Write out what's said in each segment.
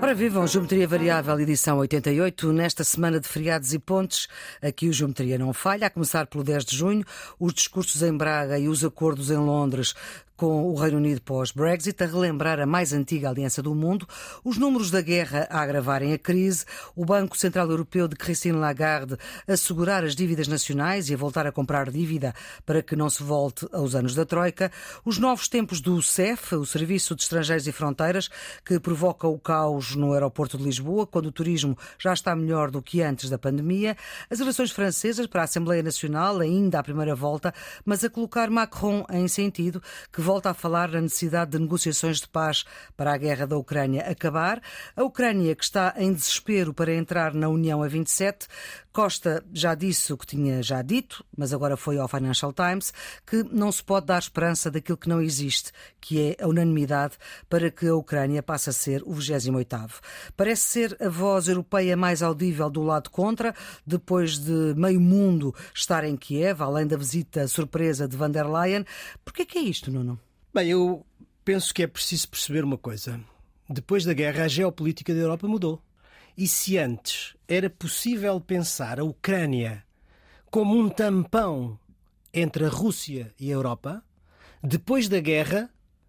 Ora, vivam Geometria Variável, edição 88, nesta semana de feriados e pontes. Aqui o Geometria não falha, a começar pelo 10 de junho, os discursos em Braga e os acordos em Londres com o Reino Unido pós-Brexit, a relembrar a mais antiga aliança do mundo, os números da guerra a agravarem a crise, o Banco Central Europeu de Christine Lagarde a segurar as dívidas nacionais e a voltar a comprar dívida para que não se volte aos anos da Troika, os novos tempos do CEF, o Serviço de Estrangeiros e Fronteiras, que provoca o caos no aeroporto de Lisboa, quando o turismo já está melhor do que antes da pandemia, as eleições francesas para a Assembleia Nacional, ainda à primeira volta, mas a colocar Macron em sentido, que volta a falar na necessidade de negociações de paz para a guerra da Ucrânia acabar. A Ucrânia, que está em desespero para entrar na União a 27, Costa já disse o que tinha já dito, mas agora foi ao Financial Times, que não se pode dar esperança daquilo que não existe, que é a unanimidade para que a Ucrânia passe a ser o 28º. Parece ser a voz europeia mais audível do lado contra, depois de meio mundo estar em Kiev, além da visita surpresa de Van der Leyen. Porquê é isto, Nuno? Bem, eu penso que é preciso perceber uma coisa. Depois da guerra, a geopolítica da Europa mudou. E se antes era possível pensar a Ucrânia como um tampão entre a Rússia e a Europa, depois da guerra,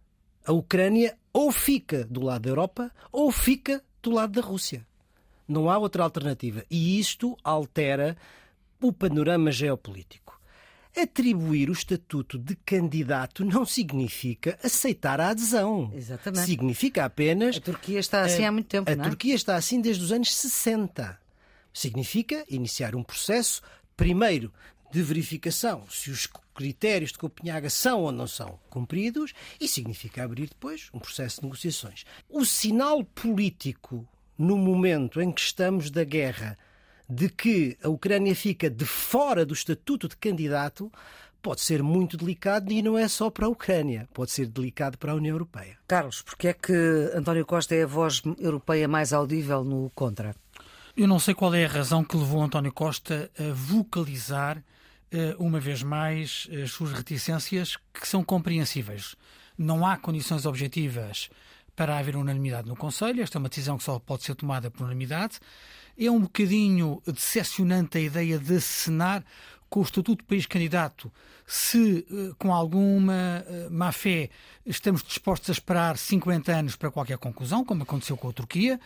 a Ucrânia ou fica do lado da Europa ou fica do lado da Rússia. Não há outra alternativa. E isto altera o panorama geopolítico. Atribuir o estatuto de candidato não significa aceitar a adesão. Exatamente. Significa apenas... A Turquia está assim há muito tempo, não é? A Turquia está assim desde os anos 60. Significa iniciar um processo, primeiro, de verificação se os critérios de Copenhaga são ou não são cumpridos, e significa abrir depois um processo de negociações. O sinal político, no momento em que estamos da guerra, de que a Ucrânia fica de fora do estatuto de candidato, pode ser muito delicado, e não é só para a Ucrânia, pode ser delicado para a União Europeia. Carlos, porque é que António Costa é a voz europeia mais audível no contra? Eu não sei qual é a razão que levou António Costa a vocalizar, uma vez mais, as suas reticências, que são compreensíveis. Não há condições objetivas para haver unanimidade no Conselho. Esta é uma decisão que só pode ser tomada por unanimidade. É um bocadinho decepcionante a ideia de acenar com o estatuto de país candidato. Se, com alguma má-fé, estamos dispostos a esperar 50 anos para qualquer conclusão, como aconteceu com a Turquia.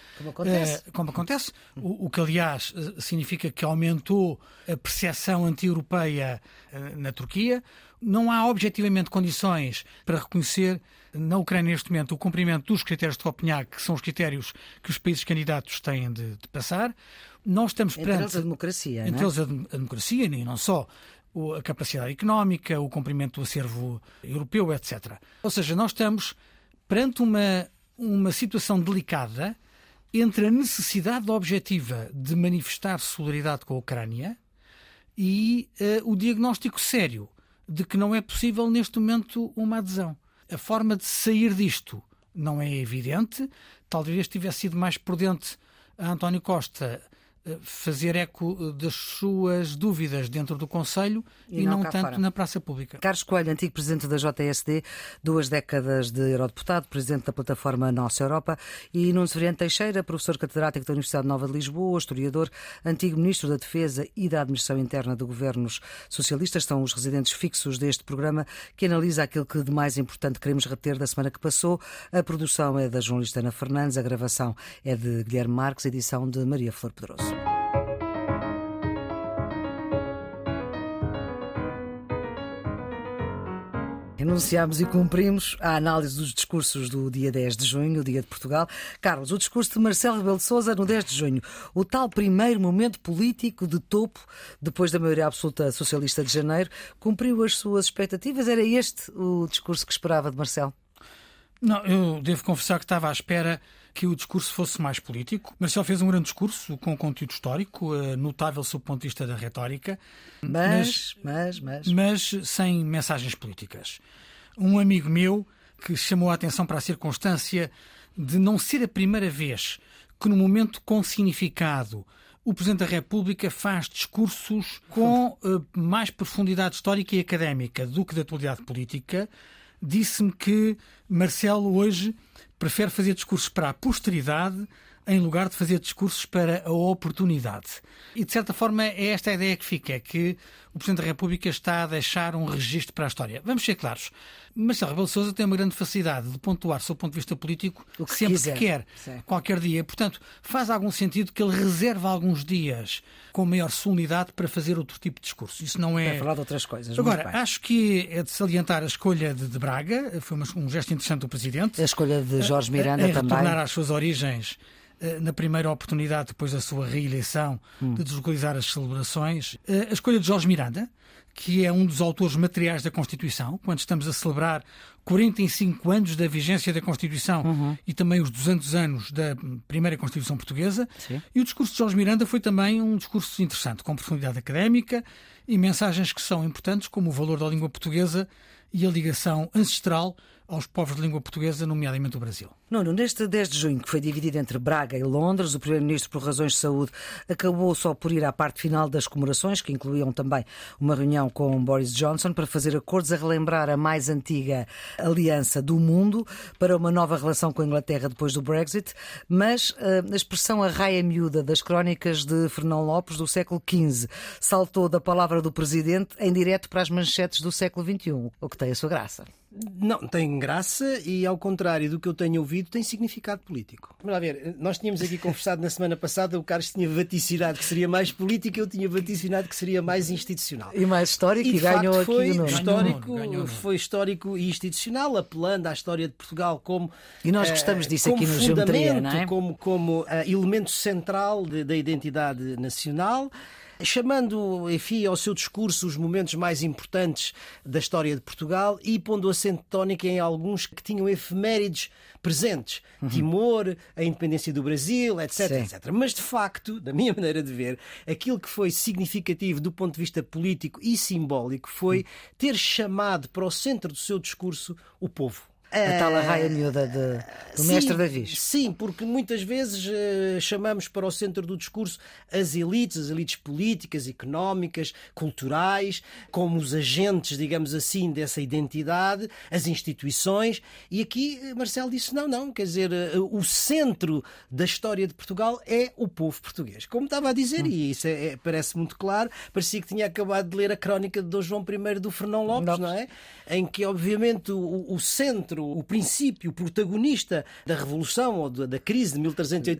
Como acontece. O que, aliás, significa que aumentou a percepção anti-europeia na Turquia. Não há objetivamente condições para reconhecer na Ucrânia neste momento o cumprimento dos critérios de Copenhague, que são os critérios que os países candidatos têm de passar. Nós estamos perante... Entre eles a democracia, Entre eles a democracia, e não só a capacidade económica, o cumprimento do acervo europeu, etc. Ou seja, nós estamos perante uma situação delicada entre a necessidade objetiva de manifestar solidariedade com a Ucrânia e o diagnóstico sério de que não é possível neste momento uma adesão. A forma de sair disto não é evidente. Talvez tivesse sido mais prudente a António Costa fazer eco das suas dúvidas dentro do Conselho e não tanto fora, na praça pública. Carlos Coelho, antigo presidente da JSD, 2 décadas de eurodeputado, presidente da plataforma Nossa Europa, e Nuno Severiano Teixeira, professor catedrático da Universidade Nova de Lisboa, historiador, antigo ministro da Defesa e da Administração Interna de governos socialistas, são os residentes fixos deste programa que analisa aquilo que de mais importante queremos reter da semana que passou. A produção é da jornalista Ana Fernandes, a gravação é de Guilherme Marques, edição de Maria Flor Pedroso. Anunciámos e cumprimos a análise dos discursos do dia 10 de junho, o dia de Portugal. Carlos, o discurso de Marcelo Rebelo de Sousa no 10 de junho, o tal primeiro momento político de topo, depois da maioria absoluta socialista de janeiro, cumpriu as suas expectativas? Era este o discurso que esperava de Marcelo? Não, eu devo confessar que estava à espera que o discurso fosse mais político. Marcelo fez um grande discurso com conteúdo histórico, notável sob o ponto de vista da retórica, mas sem mensagens políticas. Um amigo meu que chamou a atenção para a circunstância de não ser a primeira vez que, num momento com significado, o Presidente da República faz discursos com mais profundidade histórica e académica do que de atualidade política. Disse-me que Marcelo hoje prefere fazer discursos para a posteridade em lugar de fazer discursos para a oportunidade. E, de certa forma, é esta a ideia que fica, é que o Presidente da República está a deixar um registro para a história. Vamos ser claros. Marcelo Rebelo de Sousa tem uma grande facilidade de pontuar, do seu ponto de vista político, sempre que quer, qualquer dia. Portanto, faz algum sentido que ele reserve alguns dias com maior solenidade para fazer outro tipo de discurso. Isso não é... Para falar de outras coisas. Agora, acho que é de salientar a escolha de Braga. Foi um gesto interessante do Presidente. A escolha de Jorge Miranda também. Retornar às suas origens na primeira oportunidade, depois da sua reeleição, de deslocalizar as celebrações. A escolha de Jorge Miranda, que é um dos autores materiais da Constituição, quando estamos a celebrar 45 anos da vigência da Constituição e também os 200 anos da primeira Constituição Portuguesa. Sim. E o discurso de Jorge Miranda foi também um discurso interessante, com profundidade académica e mensagens que são importantes, como o valor da língua portuguesa e a ligação ancestral aos povos de língua portuguesa, nomeadamente o Brasil. Nuno, neste 10 de junho, que foi dividido entre Braga e Londres, o Primeiro-Ministro, por razões de saúde, acabou só por ir à parte final das comemorações, que incluíam também uma reunião com Boris Johnson para fazer acordos a relembrar a mais antiga aliança do mundo para uma nova relação com a Inglaterra depois do Brexit, mas a expressão arraia miúda das crónicas de Fernão Lopes do século XV saltou da palavra do Presidente em direto para as manchetes do século XXI, o que tem a sua graça. Não, tem graça e, ao contrário do que eu tenho ouvido, tem significado político. Vamos lá ver, nós tínhamos aqui conversado na semana passada, o Carlos tinha vaticinado que seria mais político, eu tinha vaticinado que seria mais institucional. E mais histórico, e ganhou aqui o Nuno. Foi histórico e institucional, apelando à história de Portugal como... E nós gostamos disso aqui no Geometria, não é? Como elemento central da identidade nacional, chamando, enfim, ao seu discurso os momentos mais importantes da história de Portugal e pondo acento tónico em alguns que tinham efemérides presentes. Timor, a independência do Brasil, etc, etc. Mas, de facto, da minha maneira de ver, aquilo que foi significativo do ponto de vista político e simbólico foi ter chamado para o centro do seu discurso o povo. A tal arraia miúda do mestre Davi. Sim, porque muitas vezes chamamos para o centro do discurso as elites políticas, económicas, culturais, como os agentes, digamos assim, dessa identidade, as instituições. E aqui Marcelo disse não, quer dizer, o centro da história de Portugal é o povo português. Como estava a dizer, e isso parece muito claro, parecia que tinha acabado de ler a crónica de Dom João I do Fernão Lopes, não é? Em que, obviamente, o centro, o princípio, o protagonista da Revolução ou da crise de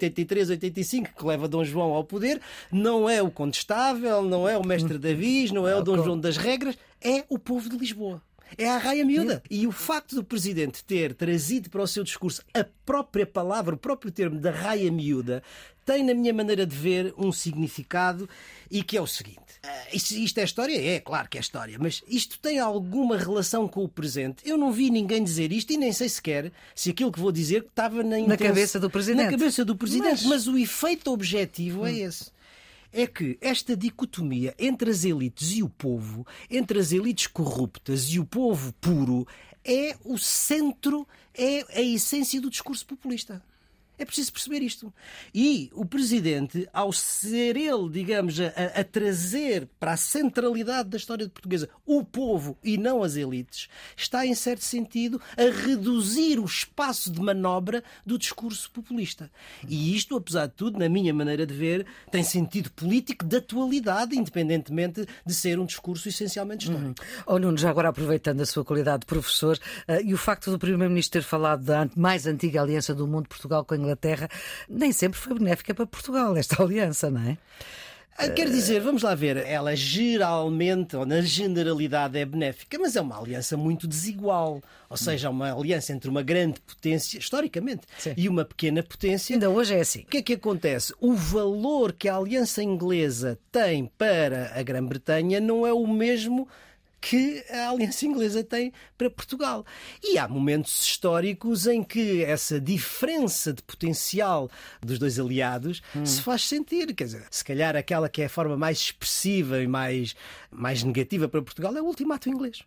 1383-85 que leva Dom João ao poder, não é o Condestável, não é o mestre Davi, não é o Dom João das Regras, é o povo de Lisboa. É a arraia miúda. E o facto do Presidente ter trazido para o seu discurso a própria palavra, o próprio termo da arraia miúda, tem, na minha maneira de ver, um significado e que é o seguinte. Isto é história? É, claro que é história. Mas isto tem alguma relação com o presente? Eu não vi ninguém dizer isto e nem sei sequer se aquilo que vou dizer estava na cabeça do Presidente. Na cabeça do Presidente. Mas o efeito objetivo é esse. É que esta dicotomia entre as elites e o povo, entre as elites corruptas e o povo puro, é o centro, é a essência do discurso populista. É preciso perceber isto. E o Presidente, ao ser ele, digamos, a trazer para a centralidade da história portuguesa o povo e não as elites, está, em certo sentido, a reduzir o espaço de manobra do discurso populista. E isto, apesar de tudo, na minha maneira de ver, tem sentido político de atualidade, independentemente de ser um discurso essencialmente histórico. Nuno, já agora aproveitando a sua qualidade de professor, e o facto do Primeiro-Ministro ter falado da mais antiga aliança do mundo, Portugal com a Inglaterra, nem sempre foi benéfica para Portugal, esta aliança, não é? Quer dizer, vamos lá ver, ela geralmente, ou na generalidade, é benéfica, mas é uma aliança muito desigual. Ou seja, é uma aliança entre uma grande potência, historicamente, e uma pequena potência. Ainda hoje é assim. O que é que acontece? O valor que a aliança inglesa tem para a Grã-Bretanha não é o mesmo que a aliança inglesa tem para Portugal. E há momentos históricos em que essa diferença de potencial dos dois aliados se faz sentir. Quer dizer, se calhar aquela que é a forma mais expressiva e mais negativa para Portugal é o ultimato inglês.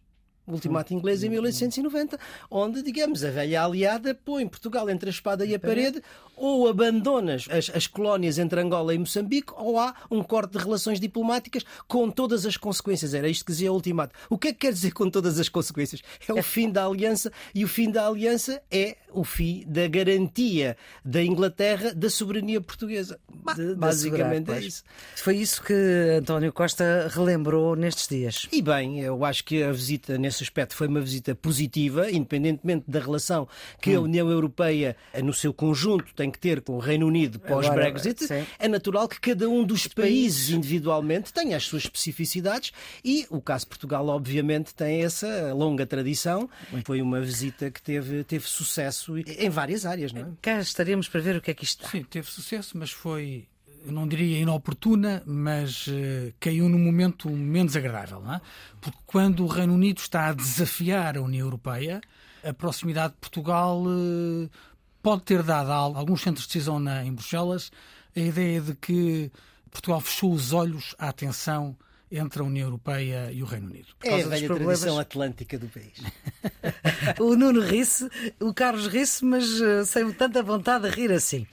O ultimato inglês em 1890, onde, digamos, a velha aliada põe Portugal entre a espada e a parede, ou abandonas as colónias entre Angola e Moçambique, ou há um corte de relações diplomáticas com todas as consequências. Era isto que dizia o ultimato. O que é que quer dizer com todas as consequências? É o fim da aliança, e o fim da aliança é o fim da garantia da Inglaterra da soberania portuguesa. Basicamente é isso. Foi isso que António Costa relembrou nestes dias. E bem, eu acho que a visita nesse aspecto foi uma visita positiva, independentemente da relação que a União Europeia, no seu conjunto, tem que ter com o Reino Unido pós-Brexit. É natural que cada um dos países individualmente tenha as suas especificidades, e o caso de Portugal, obviamente, tem essa longa tradição. Foi uma visita que teve sucesso em várias áreas, não é? Cá estaremos para ver o que é que isto dá. Sim, teve sucesso, mas foi, eu não diria inoportuna, mas caiu num momento menos agradável, não é? Porque quando o Reino Unido está a desafiar a União Europeia, a proximidade de Portugal pode ter dado a alguns centros de decisão em Bruxelas a ideia de que Portugal fechou os olhos à tensão entre a União Europeia e o Reino Unido. É a velha tradição atlântica do país. O Nuno ri-se, o Carlos ri-se, mas sem tanta vontade de rir assim.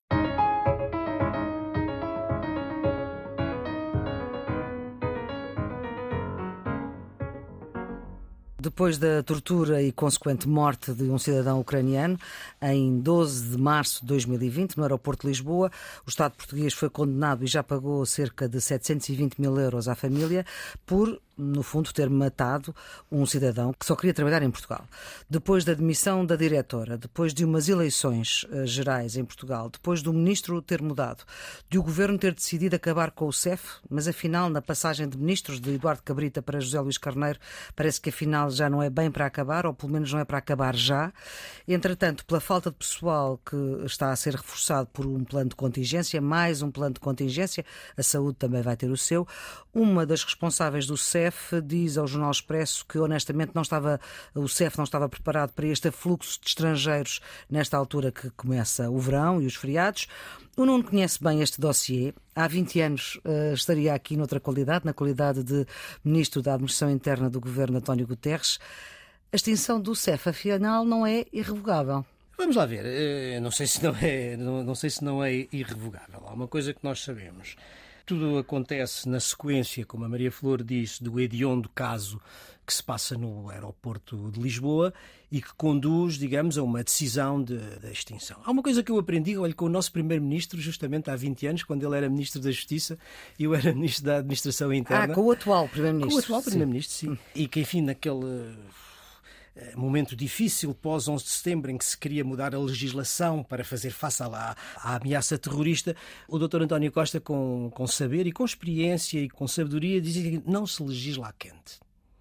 Depois da tortura e consequente morte de um cidadão ucraniano, em 12 de março de 2020, no aeroporto de Lisboa, o Estado português foi condenado e já pagou cerca de 720 mil euros à família por, no fundo, ter matado um cidadão que só queria trabalhar em Portugal. Depois da demissão da diretora, depois de umas eleições gerais em Portugal, depois do ministro ter mudado, de o governo ter decidido acabar com o CEF, mas afinal, na passagem de ministros de Eduardo Cabrita para José Luís Carneiro, parece que afinal já não é bem para acabar, ou pelo menos não é para acabar já. Entretanto, pela falta de pessoal que está a ser reforçado por um plano de contingência, mais um plano de contingência, a saúde também vai ter o seu, uma das responsáveis do CEF diz ao Jornal Expresso que honestamente o CEF não estava preparado para este afluxo de estrangeiros nesta altura que começa o verão e os feriados. O Nuno conhece bem este dossiê. Há 20 anos estaria aqui noutra qualidade, na qualidade de Ministro da Administração Interna do Governo António Guterres. A extinção do CEF, afinal, não é irrevogável. Vamos lá ver. Não sei se não é irrevogável. Há uma coisa que nós sabemos. Tudo acontece na sequência, como a Maria Flor disse, do hediondo caso que se passa no aeroporto de Lisboa e que conduz, digamos, a uma decisão da extinção. Há uma coisa que eu aprendi, com o nosso primeiro-ministro, justamente há 20 anos, quando ele era Ministro da Justiça e eu era Ministro da Administração Interna. Com o atual primeiro-ministro. Com o atual primeiro-ministro, sim. E que, enfim, naquele momento difícil, pós-11 de setembro, em que se queria mudar a legislação para fazer face à ameaça terrorista, o Dr. António Costa, com saber e com experiência e com sabedoria, dizia que não se legisla à quente.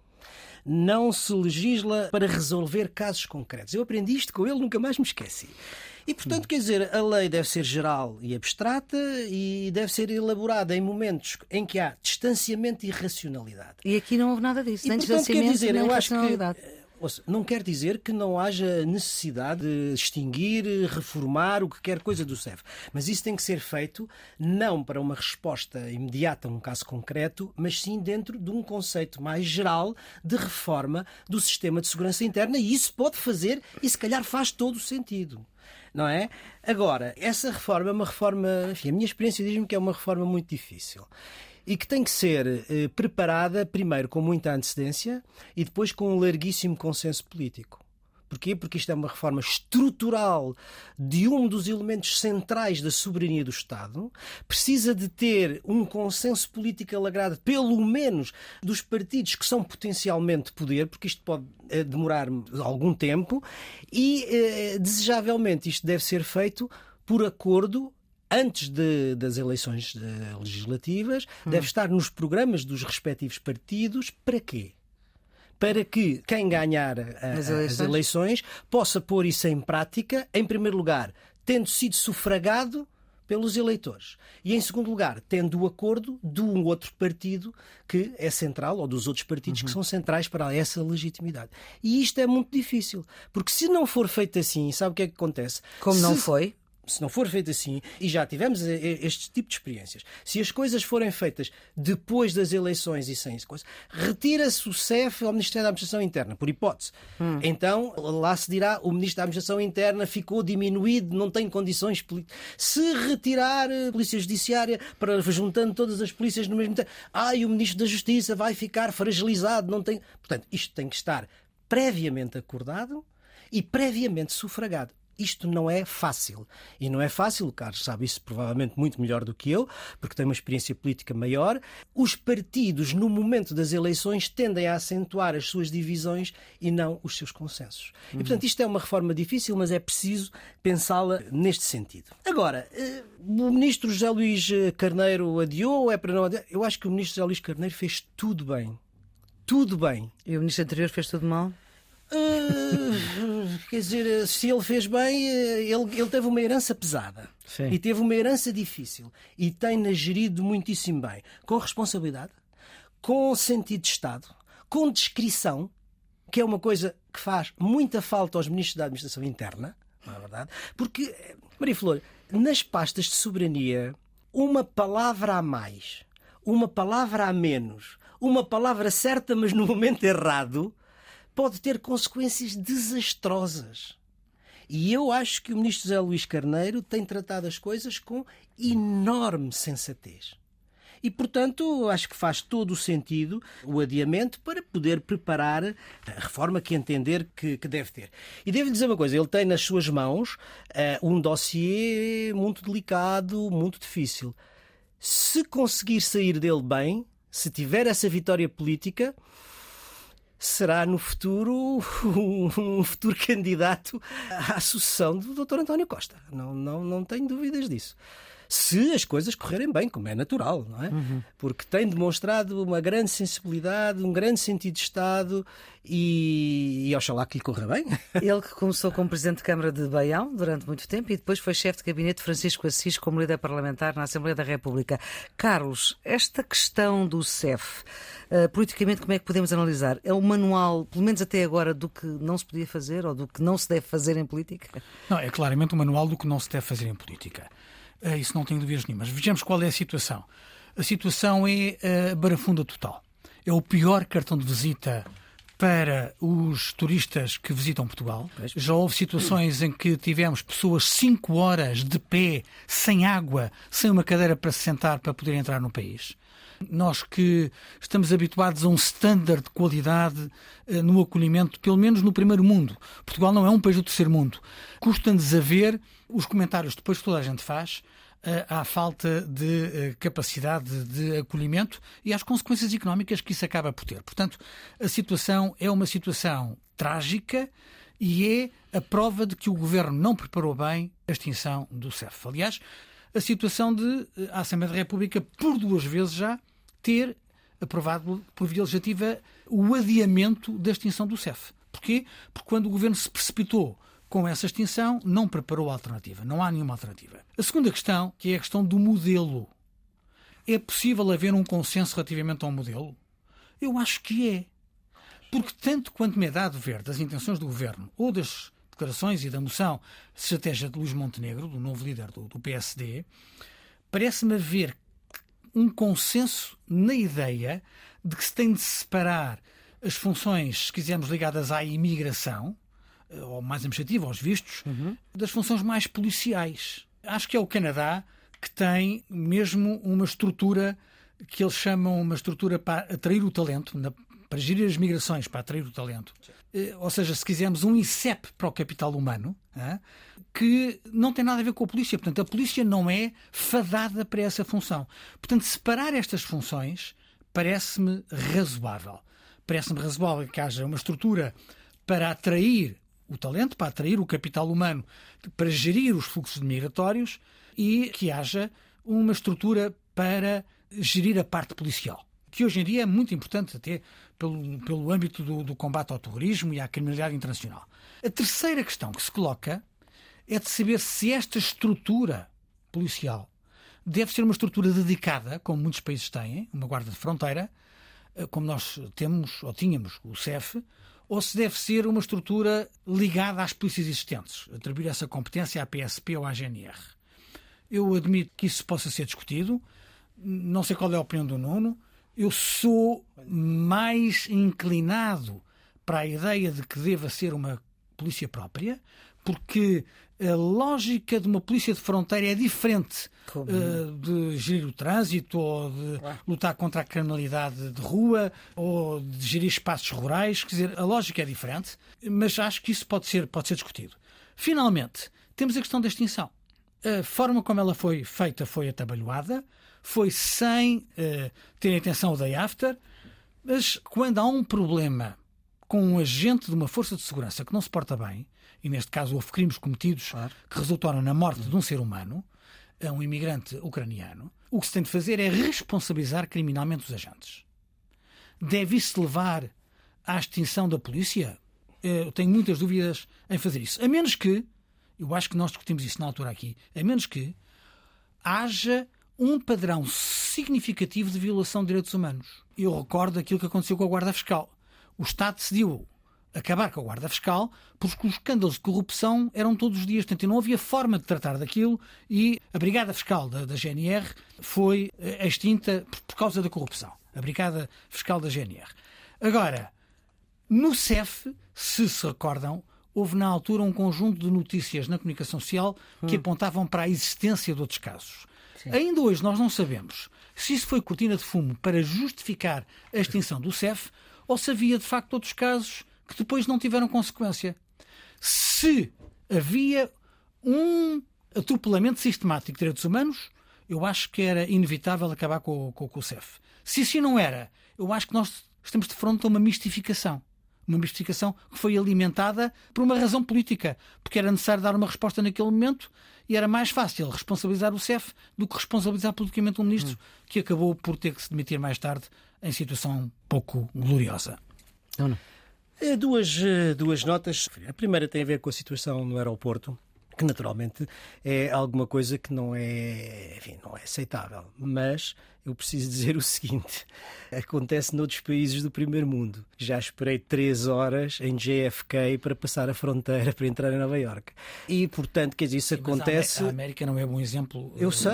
Não se legisla para resolver casos concretos. Eu aprendi isto com ele, nunca mais me esqueci. E, portanto, quer dizer, a lei deve ser geral e abstrata e deve ser elaborada em momentos em que há distanciamento e racionalidade. E aqui não houve nada disso, e, nem portanto, distanciamento, nem eu racionalidade. Não quer dizer que não haja necessidade de extinguir, reformar o que quer coisa do CEF. Mas isso tem que ser feito não para uma resposta imediata a um caso concreto, mas sim dentro de um conceito mais geral de reforma do sistema de segurança interna. E isso pode fazer e se calhar faz todo o sentido. Não é? Agora, essa reforma é uma reforma... Enfim, a minha experiência diz-me que é uma reforma muito difícil. E que tem que ser preparada primeiro com muita antecedência e depois com um larguíssimo consenso político. Porquê? Porque isto é uma reforma estrutural de um dos elementos centrais da soberania do Estado. Precisa de ter um consenso político alargado, pelo menos dos partidos que são potencialmente poder, porque isto pode demorar algum tempo. E, desejavelmente, isto deve ser feito por acordo antes das eleições legislativas, deve estar nos programas dos respectivos partidos. Para quê? Para que quem ganhar as eleições possa pôr isso em prática, em primeiro lugar, tendo sido sufragado pelos eleitores. E, em segundo lugar, tendo o acordo de um outro partido que é central, ou dos outros partidos que são centrais para essa legitimidade. E isto é muito difícil, porque se não for feito assim, sabe o que é que acontece? Como não foi? se não for feito assim, e já tivemos este tipo de experiências, se as coisas forem feitas depois das eleições e sem isso, retira-se o CEF ao Ministério da Administração Interna, por hipótese. Então, lá se dirá, o Ministro da Administração Interna ficou diminuído, não tem condições políticas. Se retirar a Polícia Judiciária, juntando todas as polícias no mesmo tempo, o Ministro da Justiça vai ficar fragilizado, não tem... Portanto, isto tem que estar previamente acordado e previamente sufragado. Isto não é fácil. E não é fácil, o Carlos sabe isso provavelmente muito melhor do que eu, porque tem uma experiência política maior. Os partidos, no momento das eleições, tendem a acentuar as suas divisões e não os seus consensos. E, portanto, isto é uma reforma difícil, mas é preciso pensá-la neste sentido. Agora, o ministro José Luís Carneiro adiou ou é para não adiar? Eu acho que o ministro José Luís Carneiro fez tudo bem. Tudo bem. E o ministro anterior fez tudo mal? Quer dizer, se ele fez bem, ele teve uma herança pesada. Sim. E teve uma herança difícil e tem-na gerido muitíssimo bem, com responsabilidade, com sentido de Estado, com discrição, que é uma coisa que faz muita falta aos ministros da Administração Interna, não é verdade? Porque, Maria Flor, nas pastas de soberania, uma palavra a mais, uma palavra a menos, uma palavra certa mas no momento errado, pode ter consequências desastrosas. E eu acho que o ministro José Luís Carneiro tem tratado as coisas com enorme sensatez. E, portanto, acho que faz todo o sentido o adiamento para poder preparar a reforma que entender que deve ter. E devo-lhe dizer uma coisa, ele tem nas suas mãos um dossiê muito delicado, muito difícil. Se conseguir sair dele bem, se tiver essa vitória política, será no futuro um futuro candidato à sucessão do Dr. António Costa. Não tenho dúvidas disso. Se as coisas correrem bem, como é natural, não é? Porque tem demonstrado uma grande sensibilidade, um grande sentido de Estado e oxalá que lhe corra bem. Ele que começou como Presidente de Câmara de Baião durante muito tempo e depois foi chefe de gabinete de Francisco Assis como líder parlamentar na Assembleia da República. Carlos, esta questão do CEF, politicamente como é que podemos analisar? É um manual, pelo menos até agora, do que não se podia fazer ou do que não se deve fazer em política? Não, é claramente um manual do que não se deve fazer em política. Isso não tenho dúvidas nenhumas. Vejamos qual é a situação. A situação é barafunda total. É o pior cartão de visita para os turistas que visitam Portugal. Já houve situações em que tivemos pessoas 5 horas de pé, sem água, sem uma cadeira para se sentar para poder entrar no país. Nós que estamos habituados a um standard de qualidade no acolhimento, pelo menos no primeiro mundo. Portugal não é um país do terceiro mundo. Custa-nos a ver os comentários depois que toda a gente faz à falta de capacidade de acolhimento e às consequências económicas que isso acaba por ter. Portanto, a situação é uma situação trágica e é a prova de que o Governo não preparou bem a extinção do CEF. Aliás, a situação de a Assembleia da República, por 2 vezes já, ter aprovado por via legislativa o adiamento da extinção do CEF. Porquê? Porque quando o Governo se precipitou com essa extinção, não preparou a alternativa. Não há nenhuma alternativa. A segunda questão, que é a questão do modelo. É possível haver um consenso relativamente ao modelo? Eu acho que é. Porque tanto quanto me é dado ver das intenções do Governo ou das declarações e da moção de estratégia de Luís Montenegro, do novo líder do PSD, parece-me haver um consenso na ideia de que se tem de separar as funções, se quisermos, ligadas à imigração, ou mais administrativa, aos vistos, das funções mais policiais. Acho que é o Canadá que tem mesmo uma estrutura que eles chamam uma estrutura para atrair o talento, para gerir as migrações, para atrair o talento. Ou seja, se quisermos, um ICEP para o capital humano, que não tem nada a ver com a polícia. Portanto, a polícia não é fadada para essa função. Portanto, separar estas funções parece-me razoável. Parece-me razoável que haja uma estrutura para atrair o talento, para atrair o capital humano, para gerir os fluxos migratórios e que haja uma estrutura para gerir a parte policial, que hoje em dia é muito importante até pelo âmbito do combate ao terrorismo e à criminalidade internacional. A terceira questão que se coloca é de saber se esta estrutura policial deve ser uma estrutura dedicada, como muitos países têm, uma guarda de fronteira, como nós temos ou tínhamos o CEF, ou se deve ser uma estrutura ligada às polícias existentes, atribuir essa competência à PSP ou à GNR. Eu admito que isso possa ser discutido, não sei qual é a opinião do Nuno. Eu sou mais inclinado para a ideia de que deva ser uma polícia própria, porque a lógica de uma polícia de fronteira é diferente de gerir o trânsito ou de lutar contra a criminalidade de rua ou de gerir espaços rurais. Quer dizer, a lógica é diferente, mas acho que isso pode ser discutido. Finalmente, temos a questão da extinção. A forma como ela foi feita foi atabalhoada, foi sem ter em atenção o day after, mas quando há um problema com um agente de uma força de segurança que não se porta bem, e neste caso houve crimes cometidos que resultaram na morte de um ser humano, um imigrante ucraniano, o que se tem de fazer é responsabilizar criminalmente os agentes. Deve isso levar à extinção da polícia? Eu tenho muitas dúvidas em fazer isso. A menos que, eu acho que nós discutimos isso na altura aqui, a menos que haja um padrão significativo de violação de direitos humanos. Eu recordo aquilo que aconteceu com a Guarda Fiscal. O Estado decidiu acabar com a Guarda Fiscal porque os escândalos de corrupção eram todos os dias. Portanto, não havia forma de tratar daquilo e a Brigada Fiscal da GNR foi extinta por causa da corrupção. A Brigada Fiscal da GNR. Agora, no CEF, se recordam, houve na altura um conjunto de notícias na comunicação social que apontavam para a existência de outros casos. Sim. Ainda hoje nós não sabemos se isso foi cortina de fumo para justificar a extinção do CEF ou se havia de facto outros casos que depois não tiveram consequência. Se havia um atropelamento sistemático de direitos humanos, eu acho que era inevitável acabar com o CEF. Se assim não era, eu acho que nós estamos de frente a uma mistificação. Uma mistificação que foi alimentada por uma razão política, porque era necessário dar uma resposta naquele momento e era mais fácil responsabilizar o CEF do que responsabilizar politicamente um ministro que acabou por ter que se demitir mais tarde em situação pouco gloriosa. Não. Duas notas. A primeira tem a ver com a situação no aeroporto, que naturalmente é alguma coisa que não é aceitável. Mas eu preciso dizer o seguinte: acontece noutros países do primeiro mundo. Já esperei 3 horas em JFK para passar a fronteira para entrar em Nova Iorque. E, portanto, quer dizer, isso acontece... A América não é bom exemplo. Eu sei.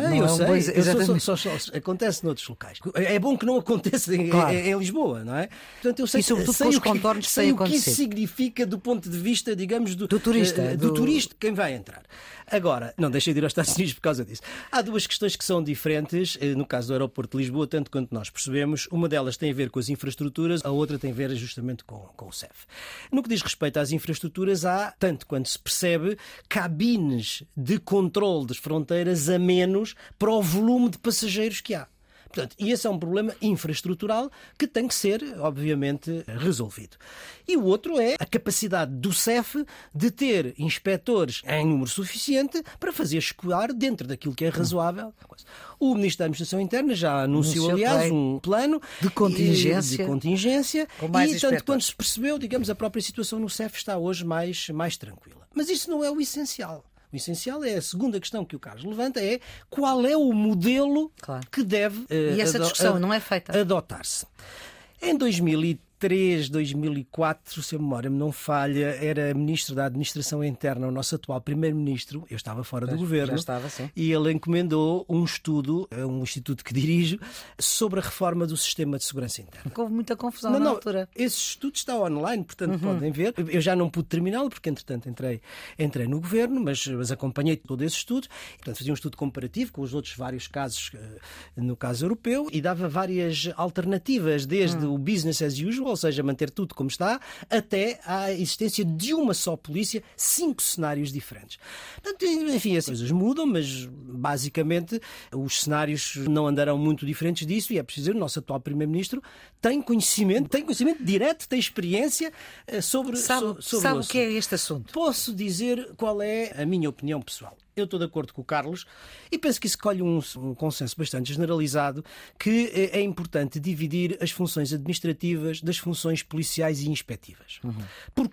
Acontece noutros locais. É bom que não aconteça em Lisboa, não é? Portanto, eu sei, e sobretudo com os contornos sei o que isso significa do ponto de vista, digamos, do turista, quem vai entrar. Agora, não deixei de ir aos Estados Unidos por causa disso. Há 2 questões que são diferentes, no caso do aeroporto de Lisboa, tanto quanto nós percebemos. Uma delas tem a ver com as infraestruturas, a outra tem a ver justamente com o CEF. No que diz respeito às infraestruturas, há, tanto quanto se percebe, cabines de controle das fronteiras a menos para o volume de passageiros que há. Portanto, e esse é um problema infraestrutural que tem que ser, obviamente, resolvido. E o outro é a capacidade do CEF de ter inspectores em número suficiente para fazer escoar dentro daquilo que é razoável. O Ministro da Administração Interna já anunciou, aliás, um plano de contingência e, tanto quanto se percebeu, digamos, a própria situação no CEF está hoje mais tranquila. Mas isso não é o essencial. O essencial é a segunda questão que o Carlos levanta, é qual é o modelo que deve e essa discussão não é feita. Adotar-se. Em 2003, 2004, se a memória me não falha, era Ministro da Administração Interna, o nosso atual Primeiro-Ministro. Eu estava fora do governo. Já estava, sim. E ele encomendou um estudo, um instituto que dirijo, sobre a reforma do sistema de segurança interna. Houve muita confusão na altura. Esse estudo está online, portanto podem ver. Eu já não pude terminá-lo, porque entretanto entrei no governo, mas acompanhei todo esse estudo. Portanto, fazia um estudo comparativo com os outros vários casos, no caso europeu, e dava várias alternativas, desde o business as usual, ou seja, manter tudo como está, até à existência de uma só polícia, 5 cenários diferentes. Portanto, enfim, as coisas mudam, mas basicamente os cenários não andarão muito diferentes disso, e é preciso dizer, o nosso atual Primeiro-Ministro tem conhecimento direto, tem experiência sobre sabe o que é este assunto? Posso dizer qual é a minha opinião pessoal. Eu estou de acordo com o Carlos e penso que isso colhe um consenso bastante generalizado, que é importante dividir as funções administrativas das funções policiais e inspectivas. Porquê?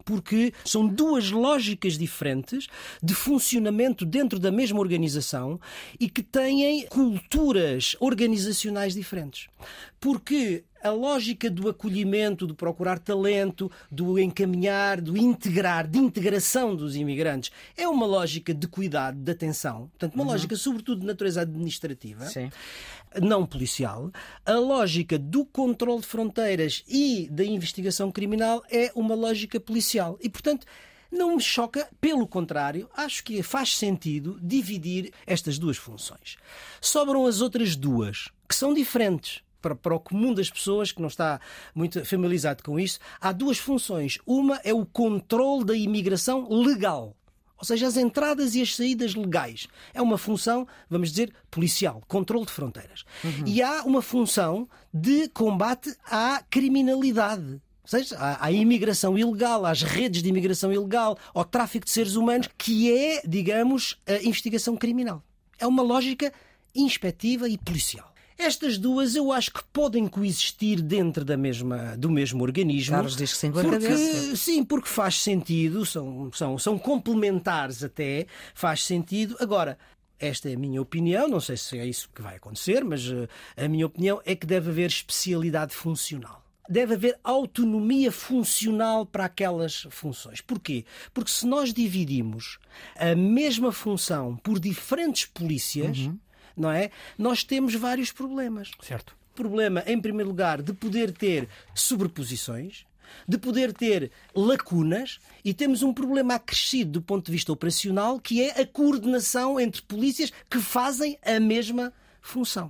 porque são duas lógicas diferentes de funcionamento dentro da mesma organização e que têm culturas organizacionais diferentes. Porque a lógica do acolhimento, do procurar talento, do encaminhar, do integrar, de integração dos imigrantes, é uma lógica de cuidado, de atenção. Portanto, uma lógica sobretudo de natureza administrativa, Sim. não policial. A lógica do controle de fronteiras e da investigação criminal é uma lógica policial. E, portanto, não me choca, pelo contrário, acho que faz sentido dividir estas duas funções. Sobram as outras duas, que são diferentes. Para o comum das pessoas que não está muito familiarizado com isso, há duas funções. Uma é o controle da imigração legal, ou seja, as entradas e as saídas legais. É uma função, vamos dizer, policial, controle de fronteiras. E há uma função de combate à criminalidade. Ou seja, à imigração ilegal, às redes de imigração ilegal, ao tráfico de seres humanos, que é, digamos, a investigação criminal. É uma lógica inspectiva e policial. Estas duas eu acho que podem coexistir dentro do mesmo organismo. Carlos diz que sim com a cabeça. Sim, porque faz sentido, são complementares até, faz sentido. Agora, esta é a minha opinião, não sei se é isso que vai acontecer, mas a minha opinião é que deve haver especialidade funcional. Deve haver autonomia funcional para aquelas funções. Porquê? Porque se nós dividimos a mesma função por diferentes polícias, não é? Nós temos vários problemas. Certo. Problema, em primeiro lugar, de poder ter sobreposições, de poder ter lacunas, e temos um problema acrescido do ponto de vista operacional, que é a coordenação entre polícias que fazem a mesma função.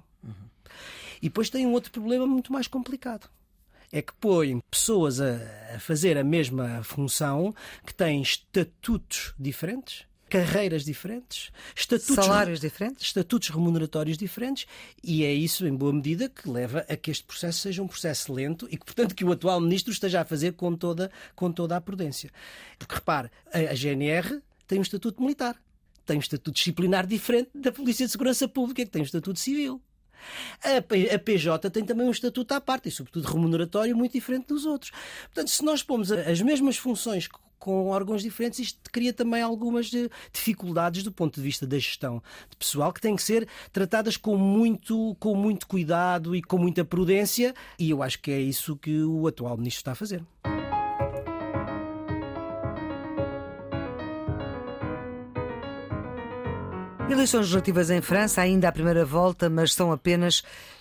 E depois tem um outro problema muito mais complicado. É que põem pessoas a fazer a mesma função, que têm estatutos diferentes, carreiras diferentes, salários diferentes, estatutos remuneratórios diferentes, e é isso, em boa medida, que leva a que este processo seja um processo lento e que, portanto, que o atual ministro esteja a fazer com toda a prudência. Porque, repare, a GNR tem um estatuto militar, tem um estatuto disciplinar diferente da Polícia de Segurança Pública, que tem um estatuto civil. A PJ tem também um estatuto à parte e, sobretudo, remuneratório muito diferente dos outros. Portanto, se nós pomos as mesmas funções com órgãos diferentes, isto cria também algumas dificuldades do ponto de vista da gestão de pessoal, que têm que ser tratadas com muito cuidado e com muita prudência, e eu acho que é isso que o atual ministro está a fazer. Eleições legislativas em França, ainda à primeira volta, mas são apenas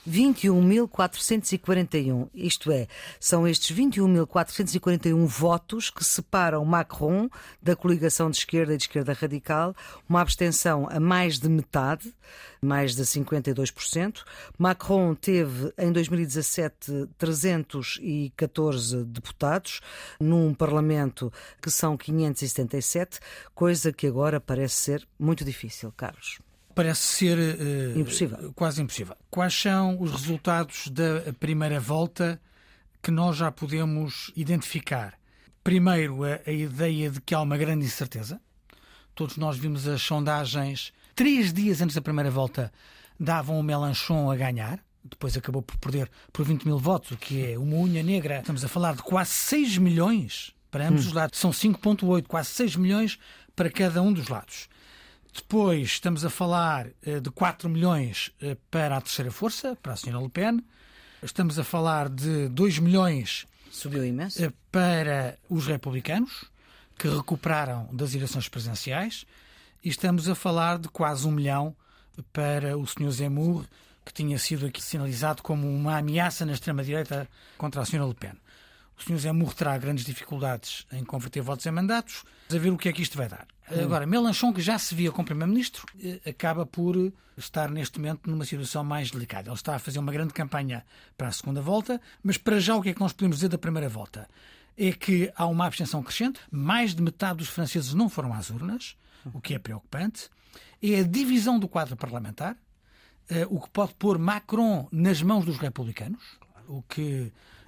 21.441. Isto é, são estes 21.441 votos que separam Macron da coligação de esquerda e de esquerda radical, uma abstenção a mais de metade, mais de 52%. Macron teve, em 2017, 314 deputados, num Parlamento que são 577, coisa que agora parece ser muito difícil, Carlos. Parece ser impossível. Quase impossível. Quais são os resultados da primeira volta que nós já podemos identificar? Primeiro, a ideia de que há uma grande incerteza. Todos nós vimos as sondagens 3 dias antes da primeira volta, davam o Mélenchon a ganhar. Depois acabou por perder por 20 mil votos, o que é uma unha negra. Estamos a falar de quase 6 milhões para ambos os lados. São 5,8, quase 6 milhões para cada um dos lados. Depois estamos a falar de 4 milhões para a terceira força, para a Sra. Le Pen. Estamos a falar de 2 milhões subiu imenso para os republicanos, que recuperaram das eleições presidenciais. E estamos a falar de quase 1 milhão para o Sr. Zemmour, que tinha sido aqui sinalizado como uma ameaça na extrema-direita contra a Sra. Le Pen. O Sr. Zemmour terá grandes dificuldades em converter votos em mandatos, a ver o que é que isto vai dar. Agora, Mélenchon, que já se via como Primeiro-Ministro, acaba por estar neste momento numa situação mais delicada. Ele está a fazer uma grande campanha para a segunda volta, mas para já o que é que nós podemos dizer da primeira volta? É que há uma abstenção crescente, mais de metade dos franceses não foram às urnas, o que é preocupante. É a divisão do quadro parlamentar, o que pode pôr Macron nas mãos dos republicanos, o que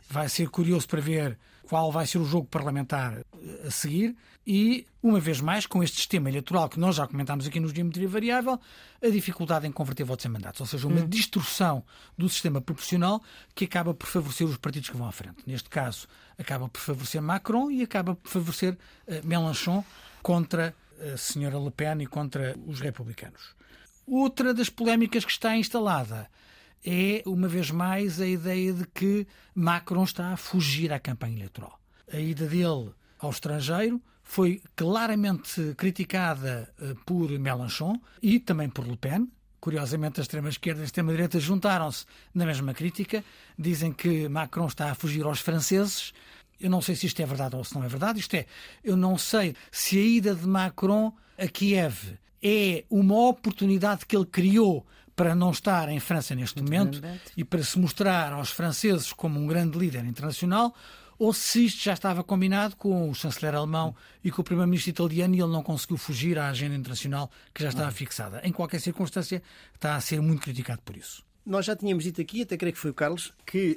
Vai ser curioso para ver qual vai ser o jogo parlamentar a seguir e, uma vez mais, com este sistema eleitoral que nós já comentámos aqui no Geometria Variável, a dificuldade em converter votos em mandatos, ou seja, uma distorção do sistema proporcional que acaba por favorecer os partidos que vão à frente. Neste caso, acaba por favorecer Macron e acaba por favorecer Mélenchon contra a senhora Le Pen e contra os republicanos. Outra das polémicas que está instalada é, uma vez mais, a ideia de que Macron está a fugir à campanha eleitoral. A ida dele ao estrangeiro foi claramente criticada por Mélenchon e também por Le Pen. Curiosamente, a extrema-esquerda e a extrema-direita juntaram-se na mesma crítica. Dizem que Macron está a fugir aos franceses. Eu não sei se isto é verdade ou se não é verdade. Eu não sei se a ida de Macron a Kiev é uma oportunidade que ele criou para não estar em França neste momento e para se mostrar aos franceses como um grande líder internacional, ou se isto já estava combinado com o chanceler alemão e com o primeiro-ministro italiano e ele não conseguiu fugir à agenda internacional que já estava fixada. Em qualquer circunstância, está a ser muito criticado por isso. Nós já tínhamos dito aqui, até creio que foi o Carlos, que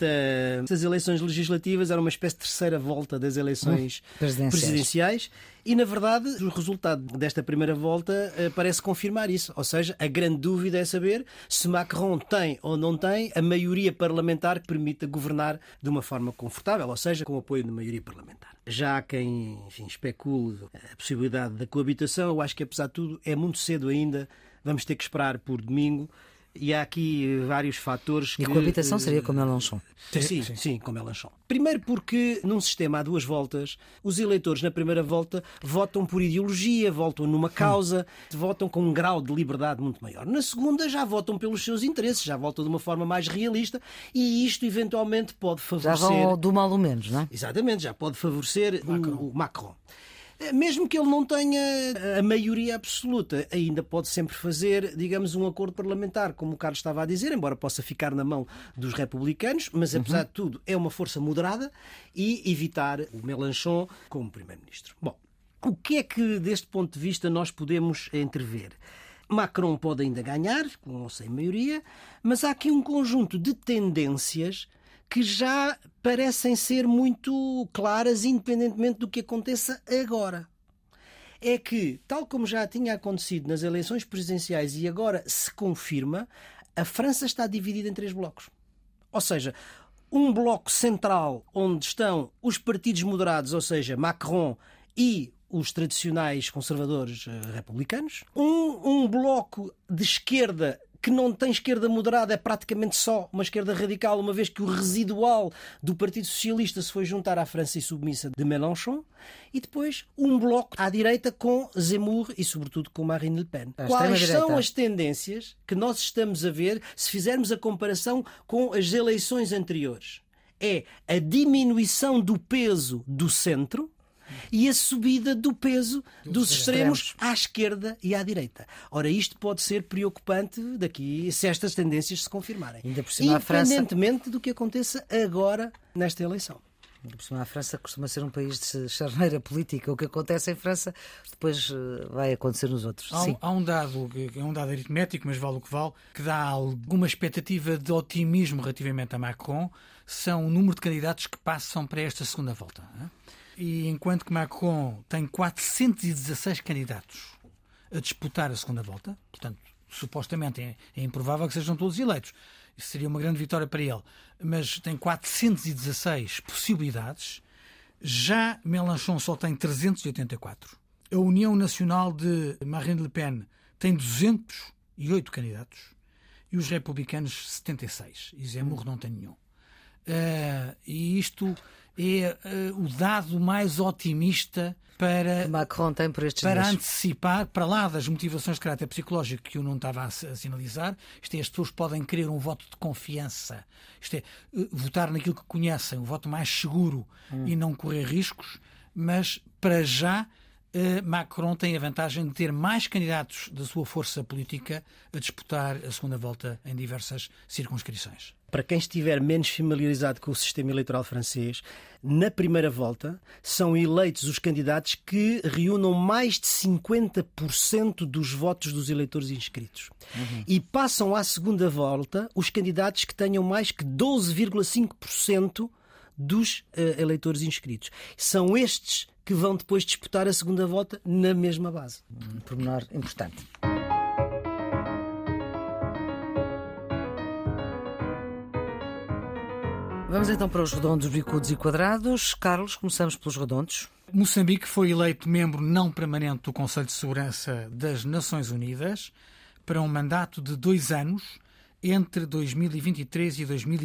estas eleições legislativas eram uma espécie de terceira volta das eleições presidenciais e, na verdade, o resultado desta primeira volta parece confirmar isso. Ou seja, a grande dúvida é saber se Macron tem ou não tem a maioria parlamentar que permita governar de uma forma confortável, ou seja, com o apoio da maioria parlamentar. Já há quem, especule a possibilidade da coabitação, eu acho que, apesar de tudo, é muito cedo ainda, vamos ter que esperar por domingo. E há aqui vários fatores que... E a coabitação seria com Mélenchon? Sim, com Mélenchon. Primeiro porque, num sistema a duas voltas, os eleitores na primeira volta votam por ideologia, votam numa causa, votam com um grau de liberdade muito maior. Na segunda já votam pelos seus interesses, já votam de uma forma mais realista e isto eventualmente pode favorecer... Já vão do mal ou menos, não é? Exatamente, já pode favorecer o Macron. Mesmo que ele não tenha a maioria absoluta, ainda pode sempre fazer, digamos, um acordo parlamentar, como o Carlos estava a dizer, embora possa ficar na mão dos republicanos, mas apesar de tudo é uma força moderada e evitar o Mélenchon como primeiro-ministro. Bom, o que é que deste ponto de vista nós podemos entrever? Macron pode ainda ganhar, com ou sem maioria, mas há aqui um conjunto de tendências que já parecem ser muito claras, independentemente do que aconteça agora. É que, tal como já tinha acontecido nas eleições presidenciais e agora se confirma, a França está dividida em 3 blocos. Ou seja, um bloco central onde estão os partidos moderados, ou seja, Macron e os tradicionais conservadores republicanos. Um bloco de esquerda que não tem esquerda moderada, é praticamente só uma esquerda radical, uma vez que o residual do Partido Socialista se foi juntar à França Insubmissa de Mélenchon, e depois um bloco à direita com Zemmour e, sobretudo, com Marine Le Pen. Quais são as tendências que nós estamos a ver se fizermos a comparação com as eleições anteriores? É a diminuição do peso do centro e a subida do peso dos extremos à esquerda e à direita. Ora, isto pode ser preocupante daqui se estas tendências se confirmarem. Ainda por cima, independentemente do que aconteça agora nesta eleição. Ainda por cima, a França costuma ser um país de charneira política. O que acontece em França depois vai acontecer nos outros. Há um dado, que é um dado aritmético, mas vale o que vale, que dá alguma expectativa de otimismo relativamente a Macron, são o número de candidatos que passam para esta segunda volta. E enquanto que Macron tem 416 candidatos a disputar a segunda volta, portanto, supostamente é improvável que sejam todos eleitos. Isso seria uma grande vitória para ele. Mas tem 416 possibilidades. Já Mélenchon só tem 384. A União Nacional de Marine Le Pen tem 208 candidatos. E os republicanos 76. E Zemmour não tem nenhum. E isto é o dado mais otimista para Macron tem por estes para dias. Antecipar, para lá das motivações de caráter psicológico que eu não estava a sinalizar. Isto é, as pessoas podem querer um voto de confiança. Isto é, votar naquilo que conhecem, um voto mais seguro e não correr riscos. Mas, para já, Macron tem a vantagem de ter mais candidatos da sua força política a disputar a segunda volta em diversas circunscrições. Para quem estiver menos familiarizado com o sistema eleitoral francês, na primeira volta são eleitos os candidatos que reúnam mais de 50% dos votos dos eleitores inscritos. E passam à segunda volta os candidatos que tenham mais que 12,5% dos eleitores inscritos. São estes que vão depois disputar a segunda volta na mesma base. Um pormenor importante. Vamos então para os redondos, bicudos e quadrados. Carlos, começamos pelos redondos. Moçambique foi eleito membro não permanente do Conselho de Segurança das Nações Unidas para um mandato de 2 anos entre 2023 e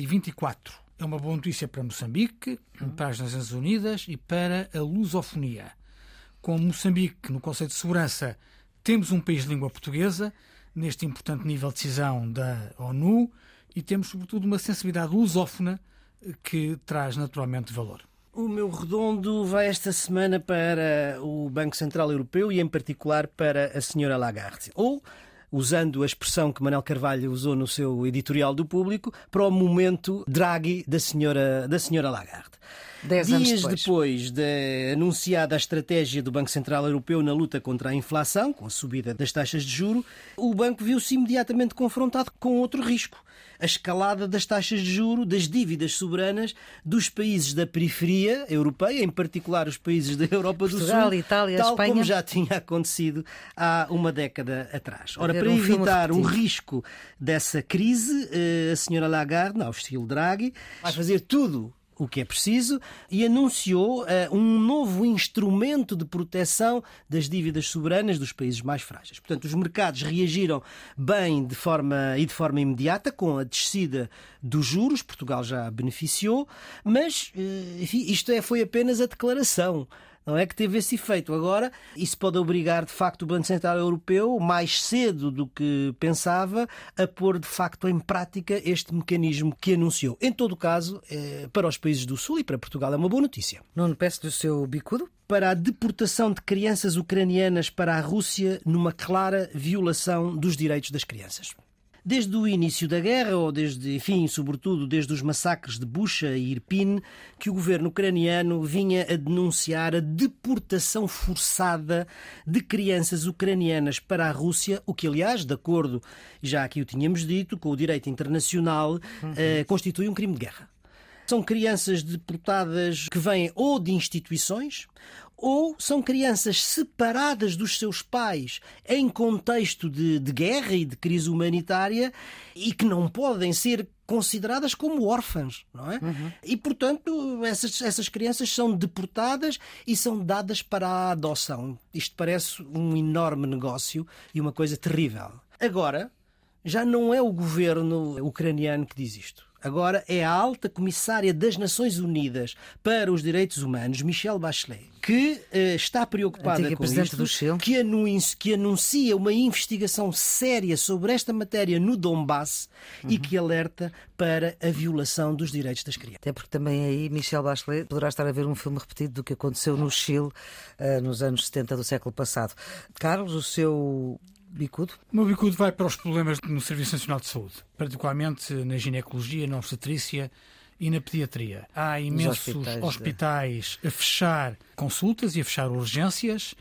2024. É uma boa notícia para Moçambique, para as Nações Unidas e para a lusofonia. Com Moçambique no Conselho de Segurança, temos um país de língua portuguesa, neste importante nível de decisão da ONU, e temos, sobretudo, uma sensibilidade lusófona que traz naturalmente valor. O meu redondo vai esta semana para o Banco Central Europeu e, em particular, para a senhora Lagarde. Ou, usando a expressão que Manuel Carvalho usou no seu editorial do Público, para o momento Draghi da senhora Lagarde. 10 anos Dias depois de anunciada a estratégia do Banco Central Europeu na luta contra a inflação, com a subida das taxas de juro, o banco viu-se imediatamente confrontado com outro risco: a escalada das taxas de juro das dívidas soberanas dos países da periferia europeia, em particular os países da Europa do Portugal, Sul, Itália, tal Espanha, como já tinha acontecido há uma década atrás. Ora, para um filme evitar o repetido. risco dessa crise, a senhora Lagarde, ao estilo Draghi, vai fazer tudo o que é preciso e anunciou um novo instrumento de proteção das dívidas soberanas dos países mais frágeis. Portanto, os mercados reagiram bem de forma imediata com a descida dos juros. Portugal já beneficiou, mas enfim, isto foi apenas a declaração. Não é que teve esse efeito. Agora, isso pode obrigar, de facto, o Banco Central Europeu, mais cedo do que pensava, a pôr, de facto, em prática este mecanismo que anunciou. Em todo o caso, para os países do Sul e para Portugal é uma boa notícia. Nuno, peço-lhe o seu bicudo. Para a deportação de crianças ucranianas para a Rússia numa clara violação dos direitos das crianças. Desde o início da guerra, ou sobretudo desde os massacres de Bucha e Irpin, que o governo ucraniano vinha a denunciar a deportação forçada de crianças ucranianas para a Rússia, o que, aliás, de acordo, já aqui o tínhamos dito, com o direito internacional, constitui um crime de guerra. São crianças deportadas que vêm ou de instituições, ou são crianças separadas dos seus pais em contexto de guerra e de crise humanitária e que não podem ser consideradas como órfãs, não é? E, portanto, essas crianças são deportadas e são dadas para a adoção. Isto parece um enorme negócio e uma coisa terrível. Agora, já não é o governo ucraniano que diz isto. Agora é a alta comissária das Nações Unidas para os Direitos Humanos, Michelle Bachelet, que está preocupada com isto, do Chile, que anuncia uma investigação séria sobre esta matéria no Donbass e que alerta para a violação dos direitos das crianças. Até porque também aí Michelle Bachelet poderá estar a ver um filme repetido do que aconteceu no Chile nos anos 70 do século passado. Carlos, o seu bicudo? O meu bicudo vai para os problemas no Serviço Nacional de Saúde, particularmente na ginecologia, na obstetrícia e na pediatria. Há imensos hospitais a fechar consultas e a fechar urgências.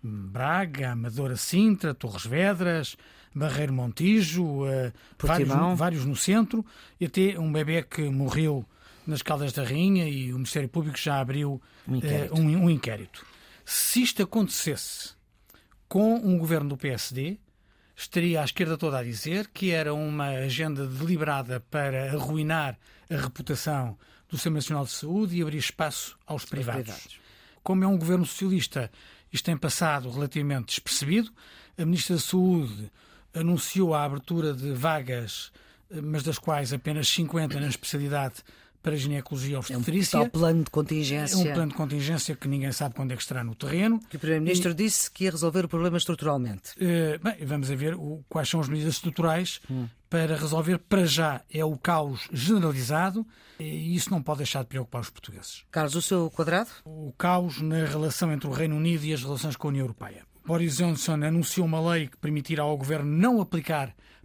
Braga, Amadora Sintra, Torres Vedras, Barreiro Montijo, vários no centro, e até um bebê que morreu nas Caldas da Rainha e o Ministério Público já abriu um inquérito. Se isto acontecesse com um governo do PSD, estaria a esquerda toda a dizer que era uma agenda deliberada para arruinar a reputação do Sistema Nacional de Saúde e abrir espaço aos privados. Como é um governo socialista, isto tem passado relativamente despercebido. A Ministra da Saúde anunciou a abertura de vagas, mas das quais apenas 50 na especialidade para ginecologia e obstetrícia. É um plano de contingência. É um plano de contingência que ninguém sabe quando é que estará no terreno. Que o Primeiro-Ministro disse que ia resolver o problema estruturalmente. Vamos a ver quais são as medidas estruturais para resolver. Para já é o caos generalizado e isso não pode deixar de preocupar os portugueses. Carlos, o seu quadrado? O caos na relação entre o Reino Unido e as relações com a União Europeia. Boris Johnson anunciou uma lei que permitirá ao Governo não aplicar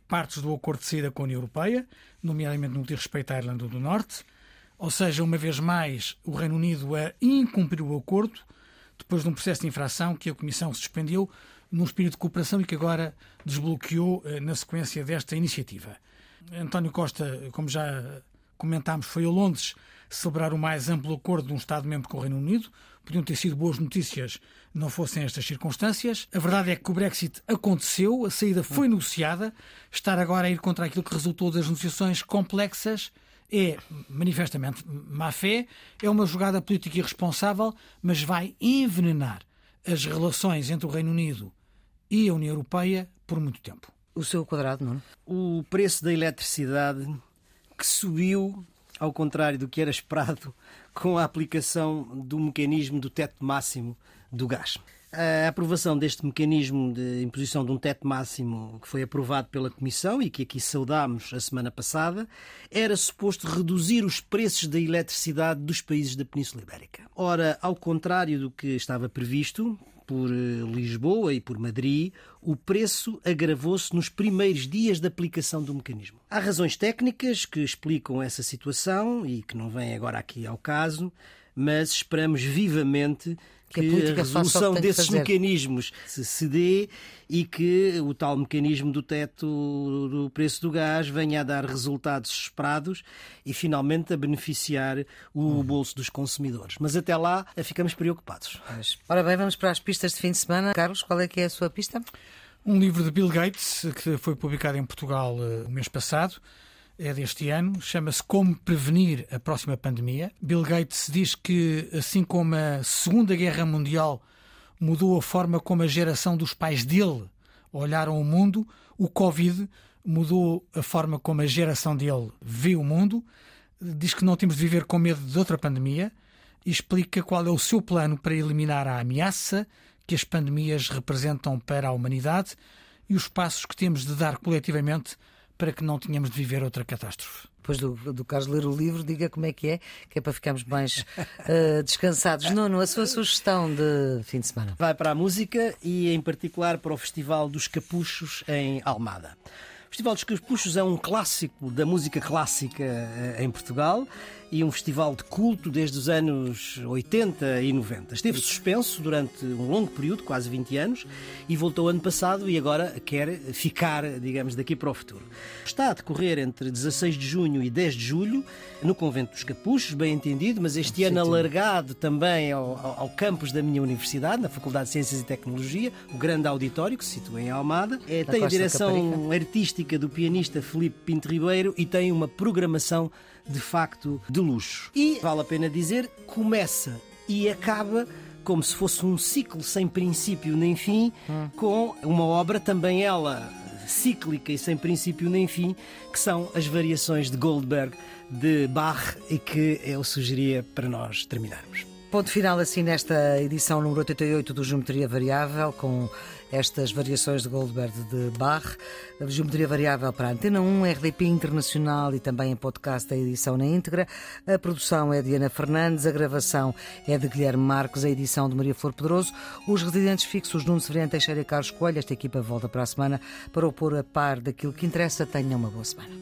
partes do acordo de saída com a União Europeia, nomeadamente no que diz respeito à Irlanda do Norte. Ou seja, uma vez mais, o Reino Unido a incumprir o acordo, depois de um processo de infração que a Comissão suspendeu num espírito de cooperação e que agora desbloqueou na sequência desta iniciativa. António Costa, como já comentámos, foi a Londres celebrar o mais amplo acordo de um Estado-membro com o Reino Unido. Podiam ter sido boas notícias não fossem estas circunstâncias. A verdade é que o Brexit aconteceu, a saída foi negociada. Estar agora a ir contra aquilo que resultou das negociações complexas é manifestamente má-fé, é uma jogada política irresponsável, mas vai envenenar as relações entre o Reino Unido e a União Europeia por muito tempo. O seu quadrado, não? O preço da eletricidade que subiu, ao contrário do que era esperado, com a aplicação do mecanismo do teto máximo do gás. A aprovação deste mecanismo de imposição de um teto máximo que foi aprovado pela Comissão e que aqui saudámos a semana passada, era suposto reduzir os preços da eletricidade dos países da Península Ibérica. Ora, ao contrário do que estava previsto por Lisboa e por Madrid, o preço agravou-se nos primeiros dias da aplicação do mecanismo. Há razões técnicas que explicam essa situação e que não vêm agora aqui ao caso, mas esperamos vivamente que a resolução desses mecanismos se dê e que o tal mecanismo do teto do preço do gás venha a dar resultados esperados e finalmente a beneficiar o bolso dos consumidores. Mas até lá ficamos preocupados. Ora bem, vamos para as pistas de fim de semana. Carlos, qual é que é a sua pista? Um livro de Bill Gates que foi publicado em Portugal o mês passado. É deste ano, chama-se Como Prevenir a Próxima Pandemia. Bill Gates diz que, assim como a Segunda Guerra Mundial mudou a forma como a geração dos pais dele olharam o mundo, o Covid mudou a forma como a geração dele vê o mundo. Diz que não temos de viver com medo de outra pandemia e explica qual é o seu plano para eliminar a ameaça que as pandemias representam para a humanidade e os passos que temos de dar coletivamente para que não tenhamos de viver outra catástrofe. Depois do Carlos ler o livro, diga como é que é para ficarmos mais descansados. Nuno, a sua sugestão de fim de semana? Vai para a música e, em particular, para o Festival dos Capuchos em Almada. O Festival dos Capuchos é um clássico da música clássica em Portugal e um festival de culto desde os anos 80 e 90. Esteve suspenso durante um longo período, quase 20 anos, e voltou ano passado e agora quer ficar, digamos, daqui para o futuro. Está a decorrer entre 16 de junho e 10 de julho, no Convento dos Capuchos, bem entendido, mas este ano alargado também ao campus da minha universidade, na Faculdade de Ciências e Tecnologia, o grande auditório que se situa em Almada. Tem a direção artística do pianista Filipe Pinto Ribeiro e tem uma programação de facto de luxo. E, vale a pena dizer, começa e acaba como se fosse um ciclo sem princípio nem fim, com uma obra também ela cíclica e sem princípio nem fim, que são as variações de Goldberg de Bach e que eu sugeria para nós terminarmos. Ponto final assim nesta edição número 88 do Geometria Variável, com estas variações de Goldberg de Bach. A Geometria Variável para a Antena 1, RDP Internacional e também em podcast a edição na íntegra. A produção é de Ana Fernandes, a gravação é de Guilherme Marcos, a edição de Maria Flor Pedroso. Os residentes fixos Nuno Severiano Teixeira e Carlos Coelho. Esta equipa volta para a semana para o pôr a par daquilo que interessa. Tenham uma boa semana.